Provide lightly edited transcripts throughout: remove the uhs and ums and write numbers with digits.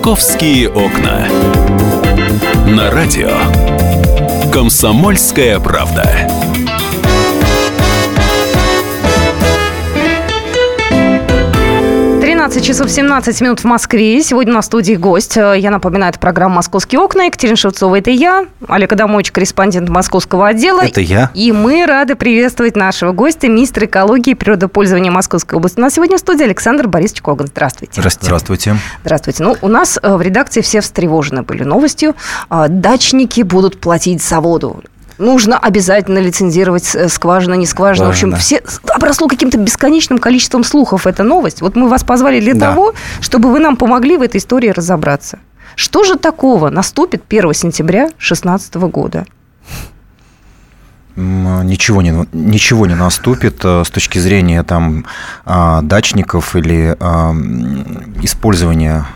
«Московские окна». На радио «Комсомольская правда». 13 часов 17 минут в Москве. Сегодня на студии гость. Я напоминаю, это программа «Московские окна». Екатерина Шевцова, это я. Олег Адамович, корреспондент московского отдела. Это я. И мы рады приветствовать нашего гостя, министра экологии и природопользования Московской области. У нас сегодня в студии Александр Борисович Коган. Здравствуйте. Здравствуйте. Здравствуйте. Ну, у нас в редакции все встревожены были новостью. Дачники будут платить за воду. Нужно обязательно лицензировать скважину, не скважину. В общем, все обросло каким-то бесконечным количеством слухов эта новость. Вот мы вас позвали для того, чтобы вы нам помогли в этой истории разобраться. Что же такого наступит 1 сентября 2016 года? Ничего не наступит с точки зрения там, дачников или использования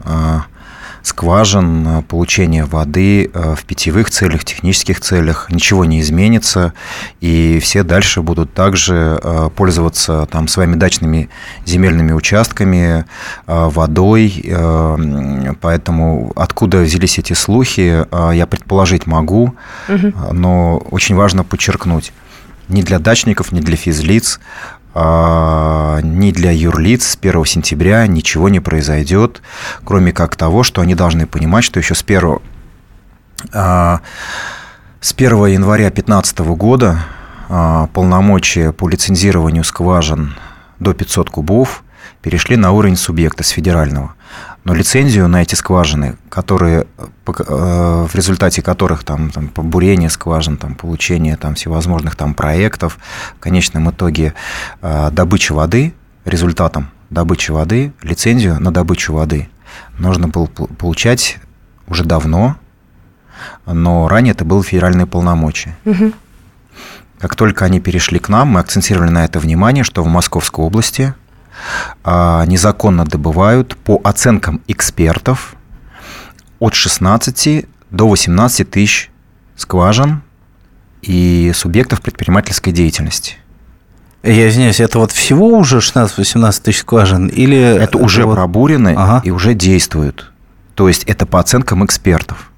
скважин, получения воды в питьевых целях, технических целях. Ничего не изменится, и все дальше будут также пользоваться там, своими дачными земельными участками, водой. Поэтому откуда взялись эти слухи, я предположить могу, но очень важно подчеркнуть, ни для дачников, ни для физлиц, ни для юрлиц с 1 сентября ничего не произойдет, кроме как того, что они должны понимать, что еще с 1 января 2015 года полномочия по лицензированию скважин до 500 кубов перешли на уровень субъекта с федерального. Но лицензию на эти скважины, которые, в результате которых там, бурение скважин, там, получение там, всевозможных там, проектов, в конечном итоге добыча воды, результатом добычи воды, лицензию на добычу воды нужно было получать уже давно, но ранее это было федеральные полномочия. Как только они перешли к нам, мы акцентировали на это внимание, что в Московской области незаконно добывают, по оценкам экспертов, от 16 до 18 тысяч скважин и субъектов предпринимательской деятельности. Я извиняюсь, это вот всего уже 16-18 тысяч скважин? Или это уже пробурены и уже действуют. То есть это по оценкам экспертов.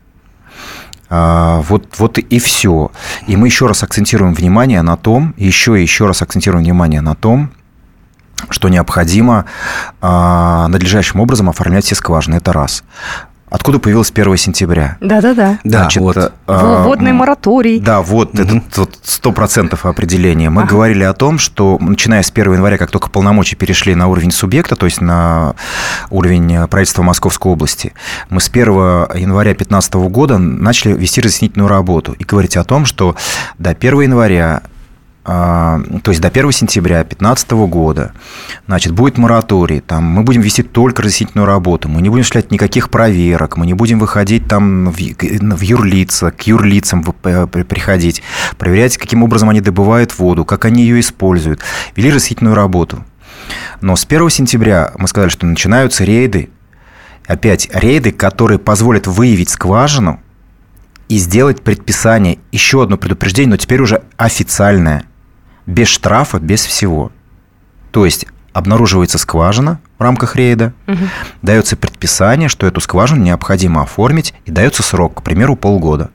Вот и все. И мы еще раз акцентируем внимание на том, еще раз акцентируем внимание на том, что необходимо надлежащим образом оформлять все скважины. Это раз. Откуда появилось 1 сентября? Да. Значит, водный мораторий. Да, вот это 100% определение. Мы говорили о том, что начиная с 1 января, как только полномочия перешли на уровень субъекта, то есть на уровень правительства Московской области, мы с 1 января 2015 года начали вести разъяснительную работу и говорить о том, что до 1 января, то есть до 1 сентября 2015 года, значит, будет мораторий, там, мы будем вести только разъяснительную работу, мы не будем осуществлять никаких проверок, мы не будем выходить там, в юрлица, к юрлицам приходить, проверять, каким образом они добывают воду, как они ее используют. Вели разъяснительную работу. Но с 1 сентября мы сказали, что начинаются рейды, опять рейды, которые позволят выявить скважину и сделать предписание, еще одно предупреждение, но теперь уже официальное, без штрафа, без всего. То есть обнаруживается скважина в рамках рейда, дается предписание, что эту скважину необходимо оформить, и дается срок, к примеру, полгода.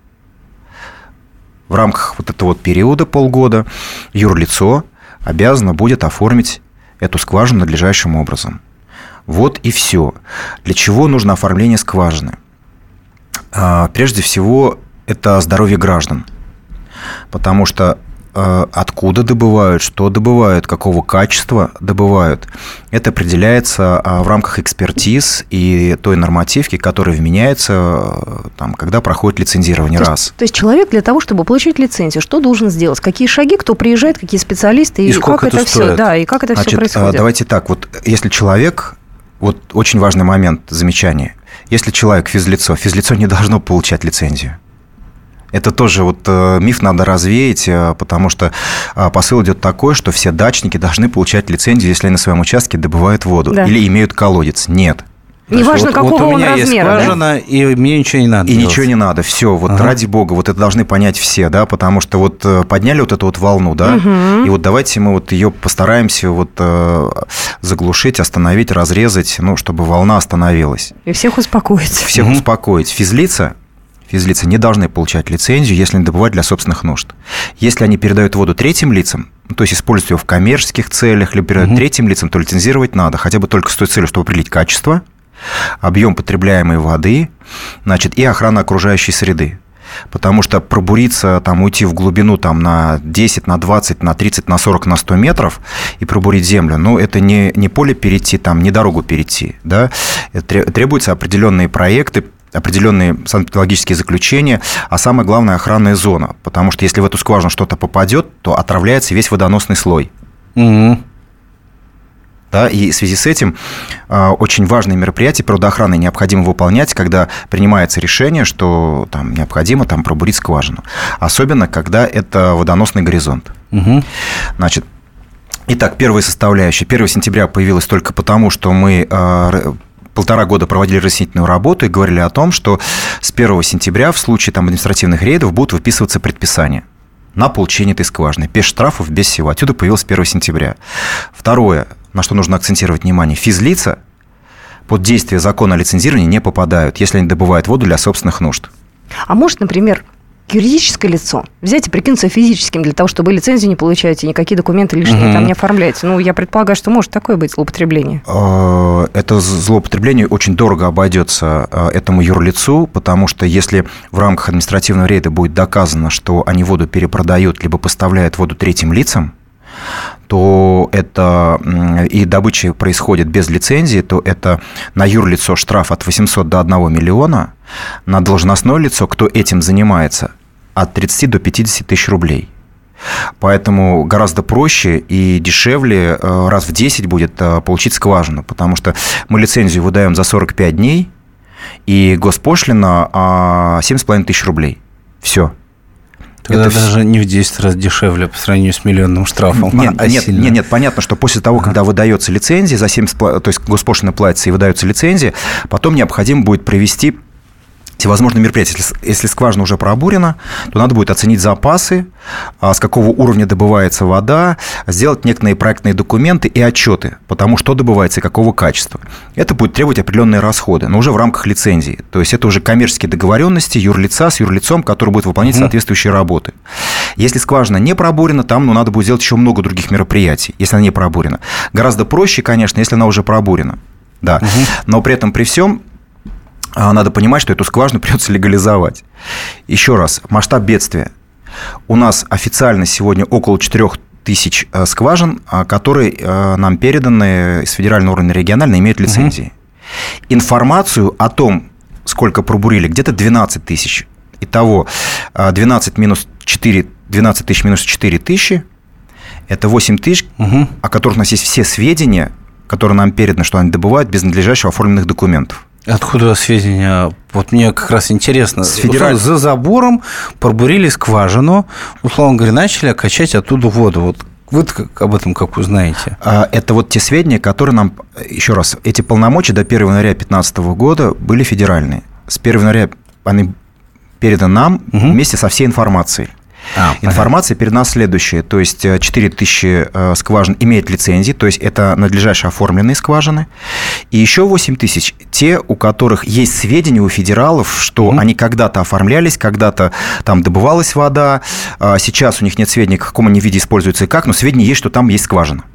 В рамках вот этого периода полгода юрлицо обязано будет оформить эту скважину надлежащим образом. Вот и все. Для чего нужно оформление скважины? Прежде всего, это здоровье граждан. Потому что откуда добывают, что добывают, какого качества добывают, это определяется в рамках экспертиз и той нормативки, которая вменяется, там, когда проходит лицензирование. То есть человек для того, чтобы получить лицензию, что должен сделать? Какие шаги, кто приезжает, какие специалисты, и как это все, и как это все происходит? Давайте так, вот если человек, вот очень важный момент, замечание, если человек физлицо не должно получать лицензию. Это тоже вот миф надо развеять, потому что посыл идет такой, что все дачники должны получать лицензию, если они на своем участке добывают воду или имеют колодец. Нет. Неважно, какого он размера. У меня есть скважина, и мне ничего не надо. И делать. Ничего не надо. Все, вот ради бога, вот это должны понять все, да, потому что вот подняли вот эту вот волну, да, и вот давайте мы вот ее постараемся вот заглушить, остановить, разрезать, чтобы волна остановилась. И всех успокоить. Всех успокоить. Физлица не должны получать лицензию, если не добывать для собственных нужд. Если они передают воду третьим лицам, то есть используют ее в коммерческих целях, либо передают третьим лицам, то лицензировать надо, хотя бы только с той целью, чтобы определить качество, объем потребляемой воды, и охрана окружающей среды. Потому что пробуриться, уйти в глубину на 10, на 20, на 30, на 40, на 100 метров и пробурить землю, это не поле перейти, не дорогу перейти. Да? Требуются определенные проекты, определенные санэпидемиологические заключения, а самое главное – охранная зона. Потому что если в эту скважину что-то попадет, то отравляется весь водоносный слой. Да, и в связи с этим очень важные мероприятия природоохраны необходимо выполнять, когда принимается решение, что необходимо пробурить скважину. Особенно, когда это водоносный горизонт. Итак, первая составляющая. 1 сентября появилась только потому, что мы 1,5 года проводили разъяснительную работу и говорили о том, что с 1 сентября в случае административных рейдов будут выписываться предписания на получение этой скважины. Без штрафов, без всего. Отсюда появилось 1 сентября. Второе, на что нужно акцентировать внимание, физлица под действие закона о лицензировании не попадают, если они добывают воду для собственных нужд. А может, например, юридическое лицо взять и прикинуться физическим для того, чтобы лицензию не получаете, никакие документы лишние там не оформляете? Я предполагаю, что может такое быть злоупотребление. Это злоупотребление очень дорого обойдется этому юрлицу, потому что если в рамках административного рейда будет доказано, что они воду перепродают либо поставляют воду третьим лицам, то это и добыча происходит без лицензии, то это на юрлицо штраф от 800 до 1 миллиона, на должностное лицо, кто этим занимается, от 30 до 50 тысяч рублей. Поэтому гораздо проще и дешевле раз в 10 будет получить скважину, потому что мы лицензию выдаем за 45 дней, и госпошлина 7,5 тысяч рублей. Все. Тогда это даже не в 10 раз дешевле по сравнению с миллионным штрафом. Нет, понятно, что после того, когда выдается лицензия, за 70, то есть госпошлина платится и выдается лицензия, потом необходимо будет провести всевозможные мероприятия. Если скважина уже пробурена, то надо будет оценить запасы, с какого уровня добывается вода, сделать некоторые проектные документы и отчеты по тому, что добывается и какого качества. Это будет требовать определенные расходы, но уже в рамках лицензии. То есть это уже коммерческие договоренности юрлица с юрлицом, который будет выполнять соответствующие работы. Если скважина не пробурена, там надо будет сделать еще много других мероприятий, если она не пробурена. Гораздо проще, конечно, если она уже пробурена. Да. Но при этом, при всем, надо понимать, что эту скважину придется легализовать. Еще раз, масштаб бедствия. У нас официально сегодня около 4000 скважин, которые нам переданы с федерального уровня регионально, имеют лицензии. Информацию о том, сколько пробурили, где-то 12 тысяч. Итого 12 тысяч минус 4 тысячи – это 8 тысяч, о которых у нас есть все сведения, которые нам переданы, что они добывают без надлежащего оформленных документов. Откуда сведения? Вот мне как раз интересно. За забором пробурили скважину, условно говоря, начали качать оттуда воду. Вот вы об этом как узнаете? Это те сведения, которые нам... Еще раз, эти полномочия до 1 января 2015 года были федеральные. С 1 января они переданы нам вместе со всей информацией. Информация перед нас следующая. То есть 4000 скважин имеют лицензии, то есть это надлежащие оформленные скважины. И еще 8000 те, у которых есть сведения у федералов, что они когда-то оформлялись, когда-то там добывалась вода. Сейчас у них нет сведений, в каком они виде используются и как, но сведения есть, что там есть скважина.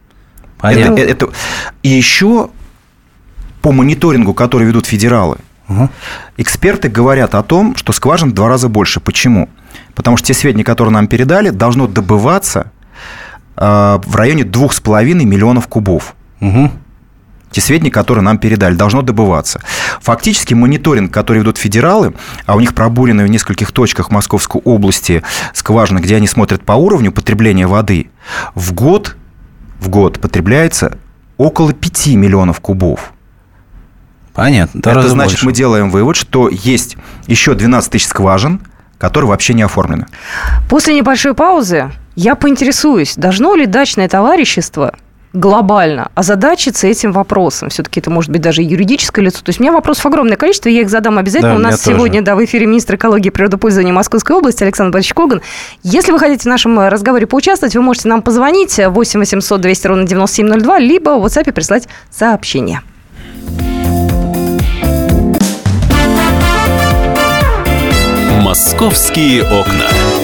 И еще по мониторингу, который ведут федералы, эксперты говорят о том, что скважин в 2 раза больше. Почему? Потому что те сведения, которые нам передали, должно добываться в районе 2,5 миллионов кубов. Те сведения, которые нам передали, должно добываться. Фактически мониторинг, который ведут федералы, а у них пробурены в нескольких точках Московской области скважины, где они смотрят по уровню потребления воды, в год потребляется около 5 миллионов кубов. Понятно. Это значит, больше. Мы делаем вывод, что есть еще 12 тысяч скважин, которые вообще не оформлены. После небольшой паузы я поинтересуюсь, должно ли дачное товарищество глобально озадачиться этим вопросом. Все-таки это может быть даже юридическое лицо. То есть у меня вопросов огромное количество, я их задам обязательно. У нас сегодня в эфире министр экологии и природопользования Московской области Александр Борисович Коган. Если вы хотите в нашем разговоре поучаствовать, вы можете нам позвонить 8 800 200 ровно 9702, либо в WhatsApp прислать сообщение. «Московские окна».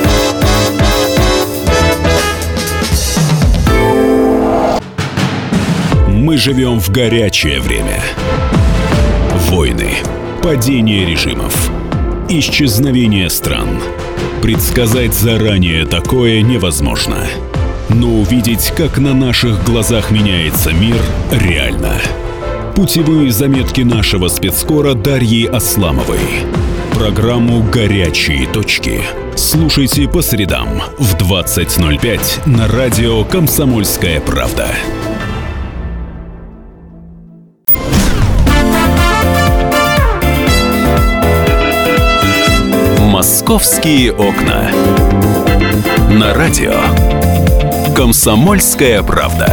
Мы живем в горячее время. Войны, падение режимов, исчезновение стран. Предсказать заранее такое невозможно. Но увидеть, как на наших глазах меняется мир, реально. Путевые заметки нашего спецкора Дарьи Асламовой. Программу «Горячие точки» слушайте по средам в 20:05 на радио «Комсомольская правда». «Московские окна». На радио «Комсомольская правда».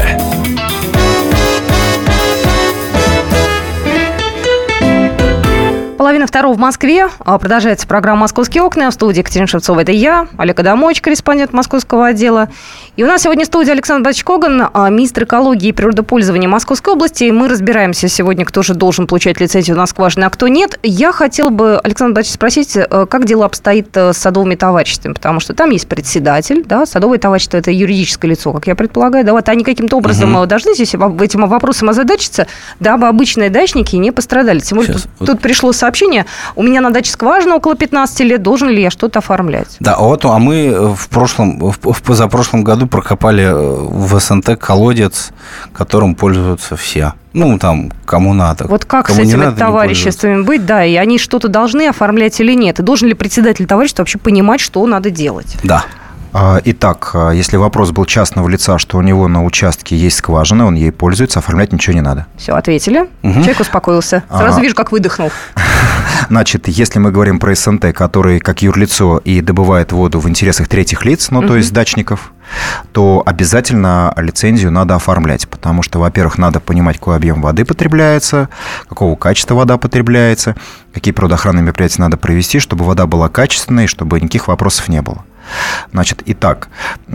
Половина второго в Москве. Продолжается программа «Московские окна». В студии Екатерина Шевцова. Это я, Олег Адамович, корреспондент московского отдела. И у нас сегодня в студии Александр Борисович Коган, министр экологии и природопользования Московской области. И мы разбираемся сегодня, кто же должен получать лицензию на скважины, а кто нет. Я хотела бы, Александр Борисович, спросить, как дело обстоит с садовыми товариществами, потому что там есть председатель, да, садовое товарищество – это юридическое лицо, как я предполагаю, да, вот они каким-то образом должны здесь этим вопросом озадачиться, дабы обычные дачники не пострадали. Тем более, тут пришло сообщение, у меня на даче скважина около 15 лет, должен ли я что-то оформлять? Да, а мы в позапрошлом году прокопали в СНТ колодец, которым пользуются все. Ну, там, кому надо. Вот как с этими товариществами быть, да, и они что-то должны оформлять или нет? И должен ли председатель товарищества вообще понимать, что надо делать? Да. Итак, если вопрос был частного лица, что у него на участке есть скважина, он ей пользуется, оформлять ничего не надо. Все, ответили. Человек успокоился. Сразу вижу, как выдохнул. Значит, если мы говорим про СНТ, который как юрлицо и добывает воду в интересах третьих лиц, ну, то есть дачников, то обязательно лицензию надо оформлять, потому что, во-первых, надо понимать, какой объем воды потребляется, какого качества вода потребляется, какие природоохранные мероприятия надо провести, чтобы вода была качественной, чтобы никаких вопросов не было. Значит, итак,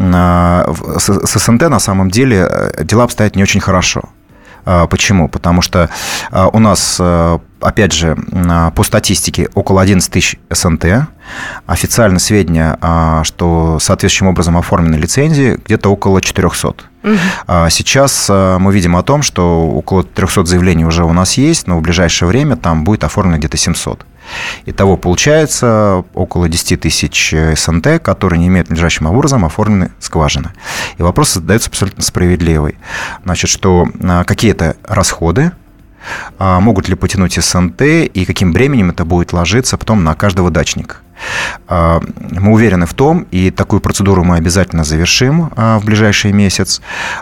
с СНТ на самом деле дела обстоят не очень хорошо. Почему? Потому что у нас, опять же, по статистике около 11 тысяч СНТ. Официально сведения, что соответствующим образом оформлены лицензии, где-то около 400. Сейчас мы видим о том, что около 300 заявлений уже у нас есть, но в ближайшее время там будет оформлено где-то 700. Итого получается около 10 тысяч СНТ, которые не имеют надлежащим образом оформлены скважины. И вопрос задается абсолютно справедливый. Значит, что какие-то расходы могут ли потянуть СНТ и каким бременем это будет ложиться потом на каждого дачника. Мы уверены в том, и такую процедуру мы обязательно завершим в ближайший месяц.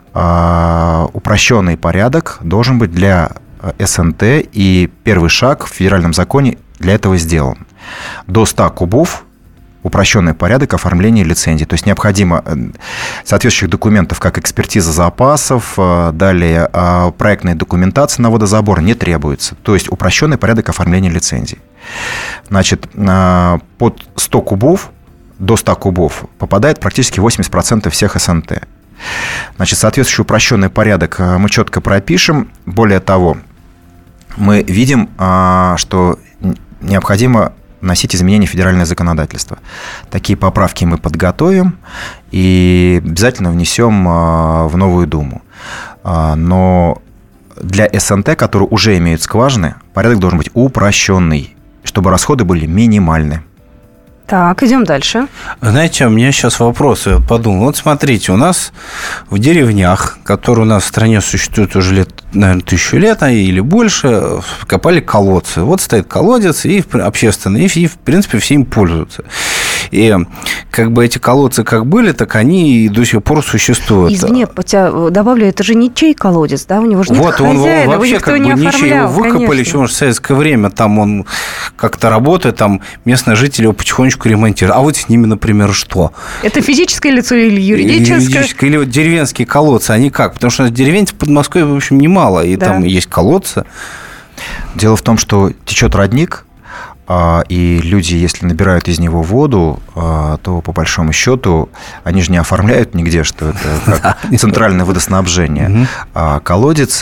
Упрощенный порядок должен быть для СНТ, и первый шаг в федеральном законе для этого сделан. До 100 кубов упрощенный порядок оформления лицензии. То есть необходимо соответствующих документов, как экспертиза запасов, далее проектная документация на водозабор не требуется. То есть упрощенный порядок оформления лицензии. Значит, под 100 кубов, до 100 кубов попадает практически 80% всех СНТ. Значит, соответствующий упрощенный порядок мы четко пропишем. Более того, мы видим, что необходимо вносить изменения в федеральное законодательство. Такие поправки мы подготовим и обязательно внесем в новую Думу. Но для СНТ, которые уже имеют скважины, порядок должен быть упрощенный, чтобы расходы были минимальны. Так, идем дальше. Знаете, у меня сейчас вопрос, я подумал. Вот смотрите, у нас в деревнях, которые у нас в стране существуют уже лет, наверное, 1000 лет или больше, копали колодцы. Вот стоит колодец и общественный, и в принципе все им пользуются. И как бы эти колодцы как были, так они и до сих пор существуют. Извини, я добавлю, это же ничей колодец, да? У него же нет хозяина, он вообще как бы ничей, его выкопали еще, может, в советское время, там он как-то работает, там местные жители его потихонечку ремонтируют. А вот с ними, например, что? Это физическое лицо или юридическое? Юридическое. Или вот деревенские колодцы, они как? Потому что деревень в Подмосковье, в общем, немало, и там есть колодцы. Дело в том, что течет родник, и люди, если набирают из него воду, то, по большому счету, они же не оформляют нигде, что это как центральное водоснабжение. А колодец –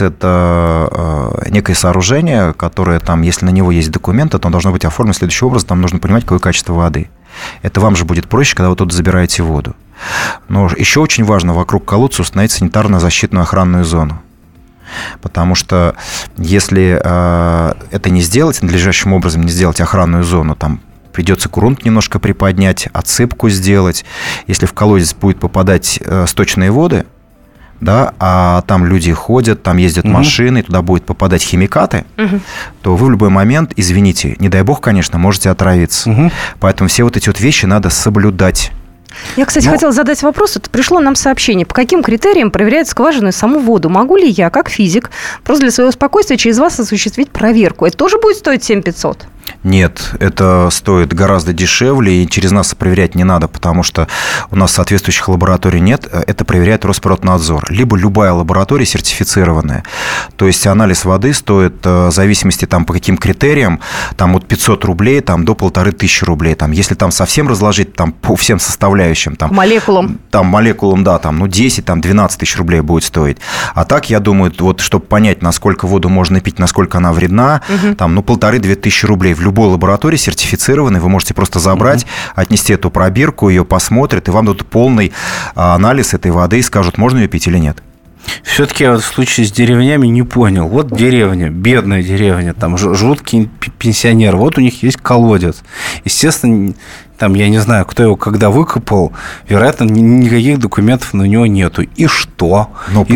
это некое сооружение, которое там, если на него есть документы, то он должно быть оформлено следующим образом. Там нужно понимать, какое качество воды. Это вам же будет проще, когда вы тут забираете воду. Но еще очень важно вокруг колодца установить санитарно-защитную охранную зону. Потому что если это не сделать, надлежащим образом не сделать охранную зону, там придется грунт немножко приподнять, отсыпку сделать. Если в колодец будет попадать сточные воды, да, а там люди ходят, там ездят машины, туда будут попадать химикаты, то вы в любой момент, извините, не дай бог, конечно, можете отравиться. Поэтому все вот эти вот вещи надо соблюдать. Я, кстати, хотела задать вопрос. Это пришло нам сообщение. По каким критериям проверяют скважину и саму воду? Могу ли я, как физик, просто для своего спокойствия через вас осуществить проверку? Это тоже будет стоить 7500? Нет, это стоит гораздо дешевле, и через нас проверять не надо, потому что у нас соответствующих лабораторий нет. Это проверяет Росприроднадзор. Либо любая лаборатория сертифицированная. То есть анализ воды стоит в зависимости там, по каким критериям, там от 500 рублей там, до 1500 рублей. Там, если там совсем разложить там, по всем составляющим. Там, молекулам. Там молекулам, да, там, 10, там, 12 тысяч рублей будет стоить. А так, я думаю, вот, чтобы понять, насколько воду можно пить, насколько она вредна, там, 1500-2000 рублей. В любой лаборатории сертифицированной вы можете просто забрать, отнести эту пробирку, ее посмотрят, и вам дадут полный анализ этой воды и скажут, можно ее пить или нет. Все-таки я вот в случае с деревнями не понял. Вот деревня, бедная деревня, там жуткие пенсионеры, вот у них есть колодец. Естественно, там, я не знаю, кто его когда выкопал, вероятно, никаких документов на него нету. И что?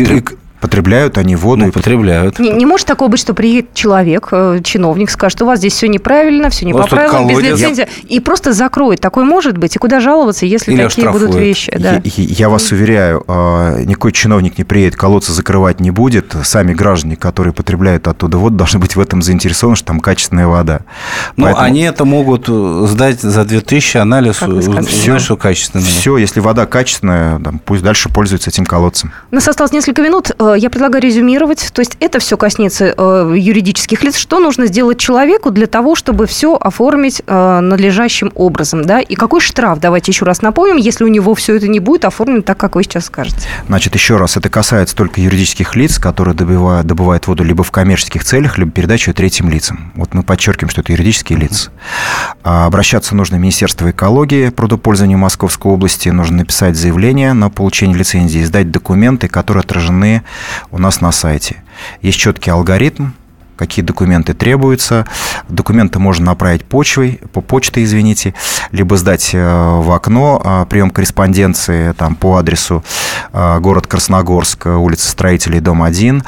Потребляют они воду. Ну, потребляют. Не может такого быть, что приедет человек, чиновник, скажет, у вас здесь все неправильно, все не по правилам, без лицензии, и просто закроет. Такое может быть? И куда жаловаться, если или такие будут вещи? Да. Я вас уверяю, никакой чиновник не приедет, колодцы закрывать не будет. Сами граждане, которые потребляют оттуда воду, должны быть в этом заинтересованы, что там качественная вода. Ну, поэтому... они это могут сдать за 2000 анализ, узнать, что качественная. Все, если вода качественная, там, пусть дальше пользуются этим колодцем. У нас осталось несколько минут. Я предлагаю резюмировать. То есть это все коснется юридических лиц. Что нужно сделать человеку для того, чтобы все оформить надлежащим образом? Да? И какой штраф, давайте еще раз напомним, если у него все это не будет оформлено так, как вы сейчас скажете? Значит, еще раз, это касается только юридических лиц, которые добывают воду либо в коммерческих целях, либо передачу третьим лицам. Вот мы подчеркиваем, что это юридические лица. Обращаться нужно в Министерство экологии, природопользования Московской области. Нужно написать заявление на получение лицензии, сдать документы, которые отражены у нас на сайте. Есть четкий алгоритм, какие документы требуются. Документы можно направить по почте, либо сдать в окно. Прием корреспонденции там, по адресу город Красногорск, улица Строителей, дом 1.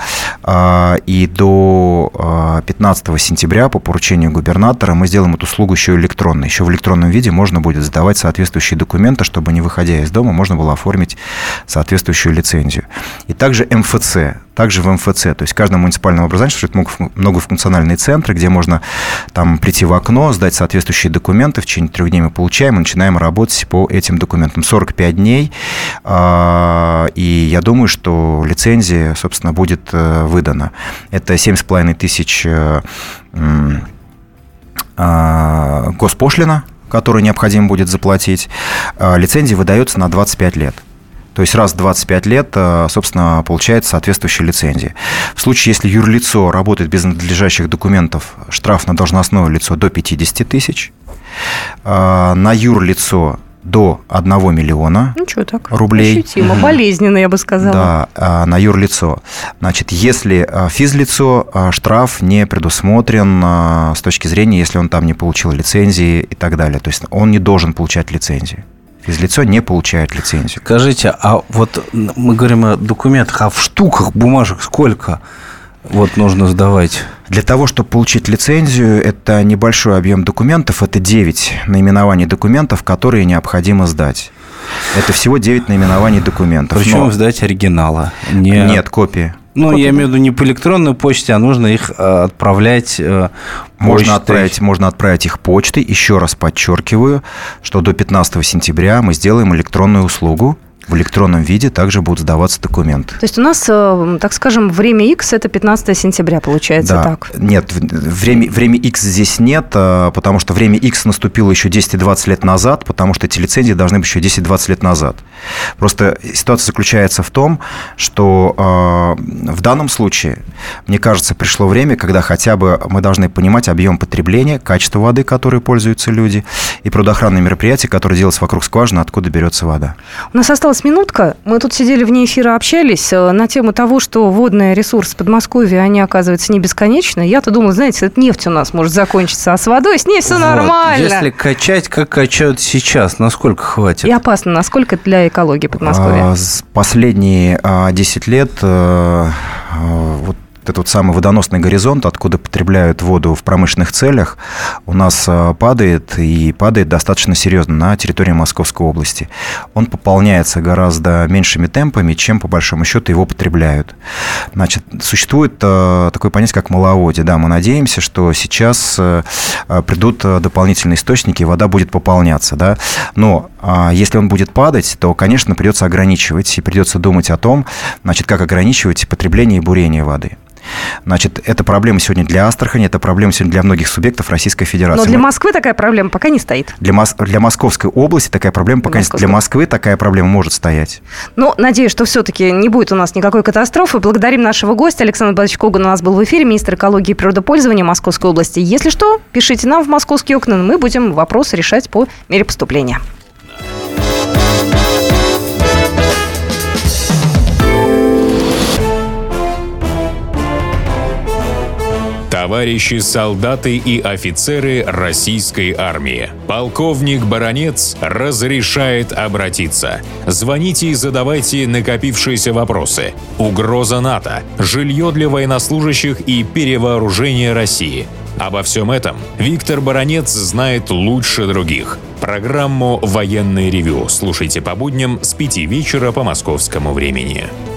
И до 15 сентября по поручению губернатора мы сделаем эту услугу еще электронной. Еще в электронном виде можно будет сдавать соответствующие документы, чтобы, не выходя из дома, можно было оформить соответствующую лицензию. И также МФЦ. Также в МФЦ, то есть в каждом муниципальном образовании существуют многофункциональные центры, где можно там прийти в окно, сдать соответствующие документы, в течение 3 дней мы получаем и начинаем работать по этим документам. 45 дней, и я думаю, что лицензия, собственно, будет выдана. Это 7,5 тысяч госпошлина, которую необходимо будет заплатить. Лицензия выдается на 25 лет. То есть раз в 25 лет, собственно, получается соответствующая лицензия. В случае, если юрлицо работает без надлежащих документов, штраф на должностное лицо до 50 тысяч, на юрлицо до 1 миллиона рублей. Ощутимо, болезненно, я бы сказала. Да, на юрлицо. Значит, если физлицо, штраф не предусмотрен с точки зрения, если он там не получил лицензии и так далее. То есть он не должен получать лицензию. Физлицо не получает лицензию. Скажите, а вот мы говорим о документах, а в штуках бумажек сколько? вот нужно сдавать? Для того, чтобы получить лицензию, это небольшой объем документов, это 9 наименований документов, которые необходимо сдать. Это всего 9 наименований документов. Причем сдать оригиналы? Нет, копии. Ну, я имею в виду не по электронной почте, а нужно их отправлять почтой. Можно отправить их почтой. Еще раз подчеркиваю, что до 15 сентября мы сделаем электронную услугу. В электронном виде также будут сдаваться документы. То есть у нас, так скажем, время X – это 15 сентября, получается, да. так? Нет, время X здесь нет, потому что время X наступило еще 10-20 лет назад, потому что эти лицензии должны быть еще 10-20 лет назад. Просто ситуация заключается в том, что в данном случае, мне кажется, пришло время, когда хотя бы мы должны понимать объем потребления, качество воды, которой пользуются люди, и природоохранные мероприятия, которые делаются вокруг скважины, откуда берется вода. У нас осталась минутка. Мы тут сидели вне эфира, общались на тему того, что водные ресурсы Подмосковья, они, оказывается, не бесконечны. Я-то думала, знаете, это нефть у нас может закончиться, а с водой с ней все нормально. Если качать, как качают сейчас, насколько хватит? И опасно, насколько это для экологии Подмосковья? Последние 10 лет вот этот самый водоносный горизонт, откуда потребляют воду в промышленных целях, у нас падает, и падает достаточно серьезно на территории Московской области. Он пополняется гораздо меньшими темпами, чем, по большому счету, его потребляют. Значит, существует такое понятие, как маловодье. Да, мы надеемся, что сейчас придут дополнительные источники, и вода будет пополняться. Да? Но если он будет падать, то, конечно, придется ограничивать, и придется думать о том, значит, как ограничивать потребление и бурение воды. Значит, это проблема сегодня для Астрахани, это проблема сегодня для многих субъектов Российской Федерации. Но для Москвы такая проблема пока не стоит. Для Московской области такая проблема пока не стоит. Для Москвы такая проблема может стоять. Ну, надеюсь, что все-таки не будет у нас никакой катастрофы. Благодарим нашего гостя. Александр Борисович Коган у нас был в эфире, министр экологии и природопользования Московской области. Если что, пишите нам в «Московские окна», мы будем вопросы решать по мере поступления. Товарищи солдаты и офицеры российской армии. Полковник Баранец разрешает обратиться. Звоните и задавайте накопившиеся вопросы. Угроза НАТО, жилье для военнослужащих и перевооружение России. Обо всем этом Виктор Баранец знает лучше других. Программу «Военное ревю» слушайте по будням с 5 вечера по московскому времени.